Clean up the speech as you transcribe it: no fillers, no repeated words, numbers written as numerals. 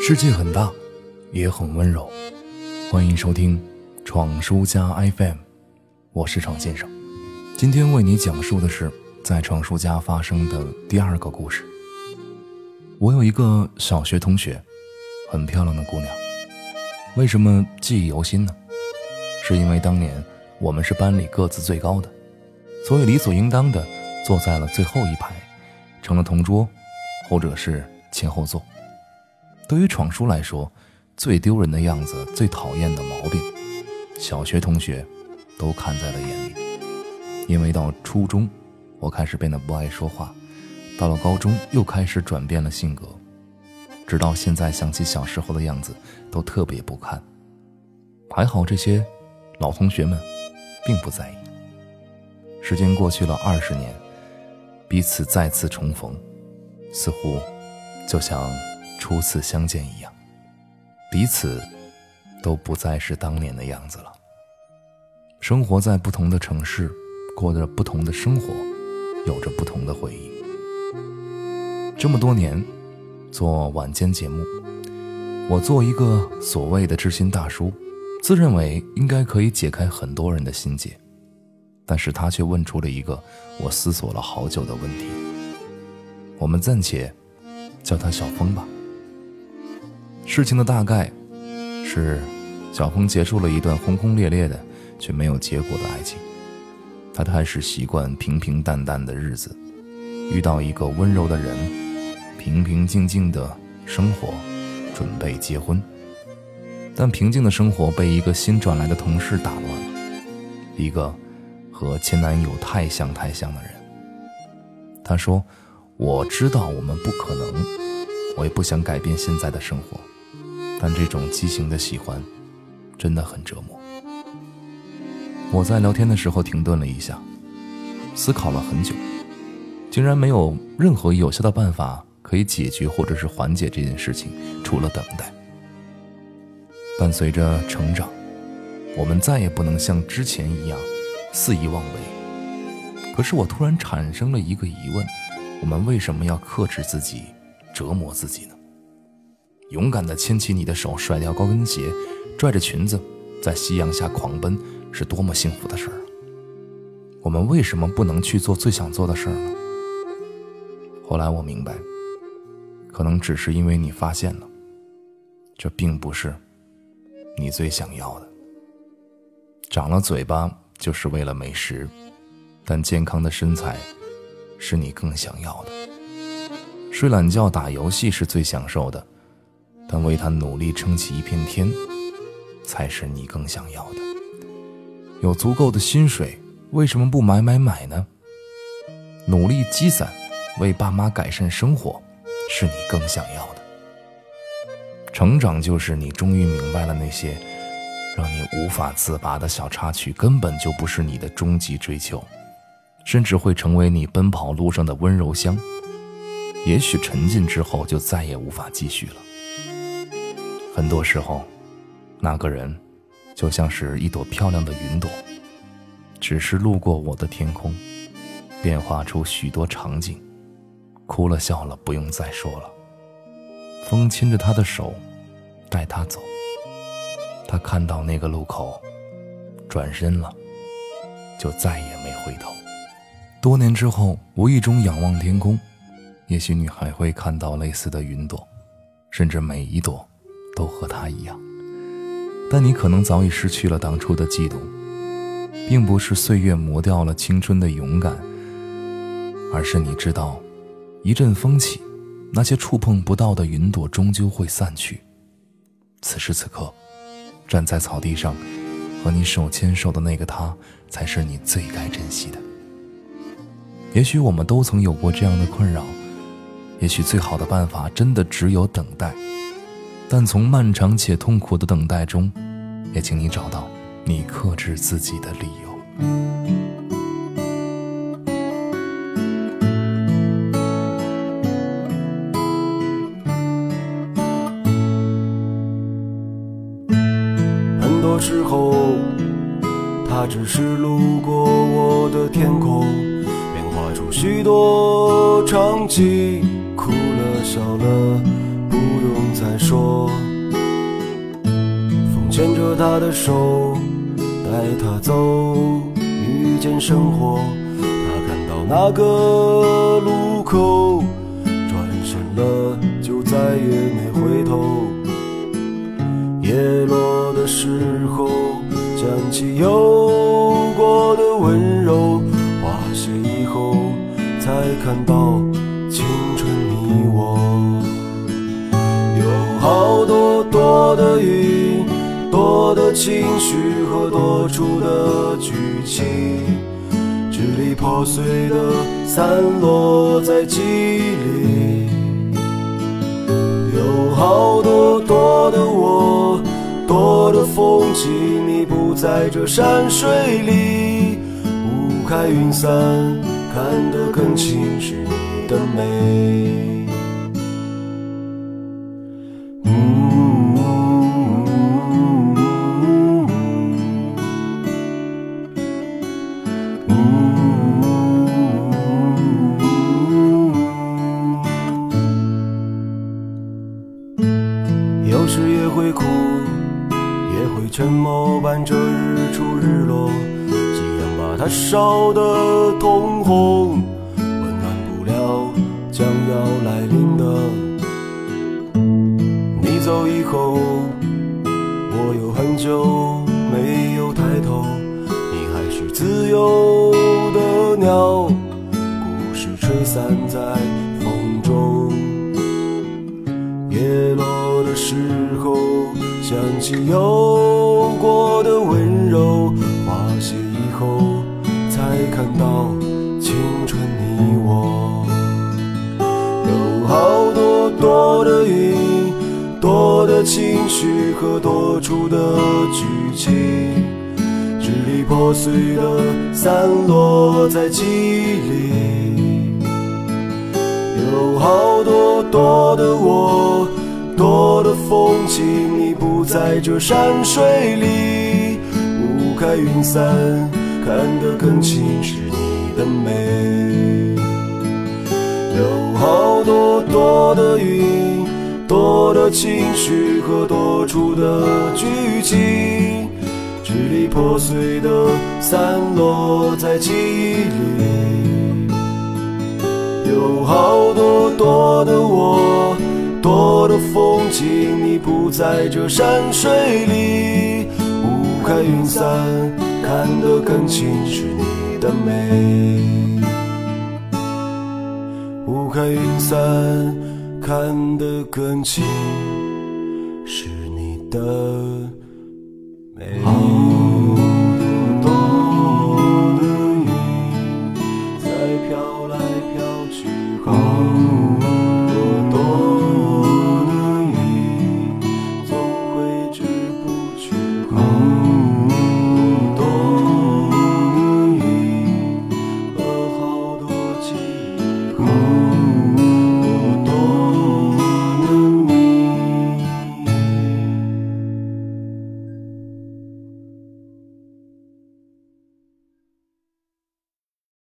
世界很大，也很温柔。欢迎收听闯书家 FM， 我是闯先生。今天为你讲述的是在闯书家发生的第二个故事。我有一个小学同学，很漂亮的姑娘。为什么记忆犹新呢？是因为当年我们是班里个子最高的，所以理所应当的坐在了最后一排，成了同桌或者是前后座。对于闯书来说，最丢人的样子，最讨厌的毛病，小学同学都看在了眼里。因为到初中我开始变得不爱说话，到了高中又开始转变了性格，直到现在想起小时候的样子都特别不堪。还好这些老同学们并不在意。时间过去了20年，彼此再次重逢，似乎就像初次相见一样，彼此都不再是当年的样子了。生活在不同的城市，过着不同的生活，有着不同的回忆。这么多年做晚间节目，我做一个所谓的知心大叔，自认为应该可以解开很多人的心结，但是他却问出了一个我思索了好久的问题。我们暂且叫他小峰吧。事情的大概是，小峰结束了一段轰轰烈烈的却没有结果的爱情，他开始习惯平平淡淡的日子，遇到一个温柔的人，平平静静的生活，准备结婚。但平静的生活被一个新转来的同事打乱了，一个和前男友太像的人。他说，我知道我们不可能，我也不想改变现在的生活，但这种畸形的喜欢真的很折磨。我在聊天的时候停顿了一下，思考了很久，竟然没有任何有效的办法可以解决或者是缓解这件事情，除了等待。伴随着成长，我们再也不能像之前一样肆意妄为。可是我突然产生了一个疑问，我们为什么要克制自己，折磨自己呢？勇敢地牵起你的手，甩掉高跟鞋，拽着裙子在夕阳下狂奔，是多么幸福的事儿。我们为什么不能去做最想做的事儿呢？后来我明白，可能只是因为你发现了，这并不是你最想要的。长了嘴巴就是为了美食，但健康的身材是你更想要的。睡懒觉打游戏是最享受的，但为他努力撑起一片天才是你更想要的。有足够的薪水，为什么不买呢？努力积攒为爸妈改善生活是你更想要的。成长就是你终于明白了，那些让你无法自拔的小插曲根本就不是你的终极追求，甚至会成为你奔跑路上的温柔乡。也许沉浸之后就再也无法继续了。很多时候，那个人就像是一朵漂亮的云朵，只是路过我的天空，变化出许多场景，哭了笑了不用再说了。风牵着他的手带他走，他看到那个路口转身了，就再也没回头。多年之后无意中仰望天空，也许你还会看到类似的云朵，甚至每一朵都和他一样。但你可能早已失去了当初的悸动，并不是岁月磨掉了青春的勇敢，而是你知道，一阵风起，那些触碰不到的云朵终究会散去。此时此刻，站在草地上和你手牵手的那个他，才是你最该珍惜的。也许我们都曾有过这样的困扰，也许最好的办法真的只有等待，但从漫长且痛苦的等待中，也请你找到你克制自己的理由。 很多时候，它只是路过我的天空，变化出许多场景，哭了笑了不用再说。风牵着他的手，带他走，遇见生活。他看到那个路口，转身了就再也没回头。叶落的时候，想起有过的温柔，花谢以后才看到青春你我。有好多多的云，多的情绪和多处的剧情，支离破碎的散落在记忆里。有好多多的我，多的风景，你不在这山水里。雾开云散，看得更清是你的美。有时也会哭，也会沉默，伴着日出日落，夕阳把它烧得通红，温暖不了将要来临的。你走以后，我有很久没有抬头，你还是自由的鸟，故事吹散在风中。叶落的时候，想起有过的温柔，花谢以后才看到青春你我。有好多多的云，多的情绪和多处的剧情，支离破碎的散落在记忆里。有好多多的我，多的风景，你不在这山水里。雾开云散，看得更清是你的美。有好多多的云，多的情绪和多处的剧情，支离破碎的散落在记忆里。有好多多的我，多的风景，你不在这山水里。雾开云散，看得更清是你的美。雾开云散，看得更清是你的美。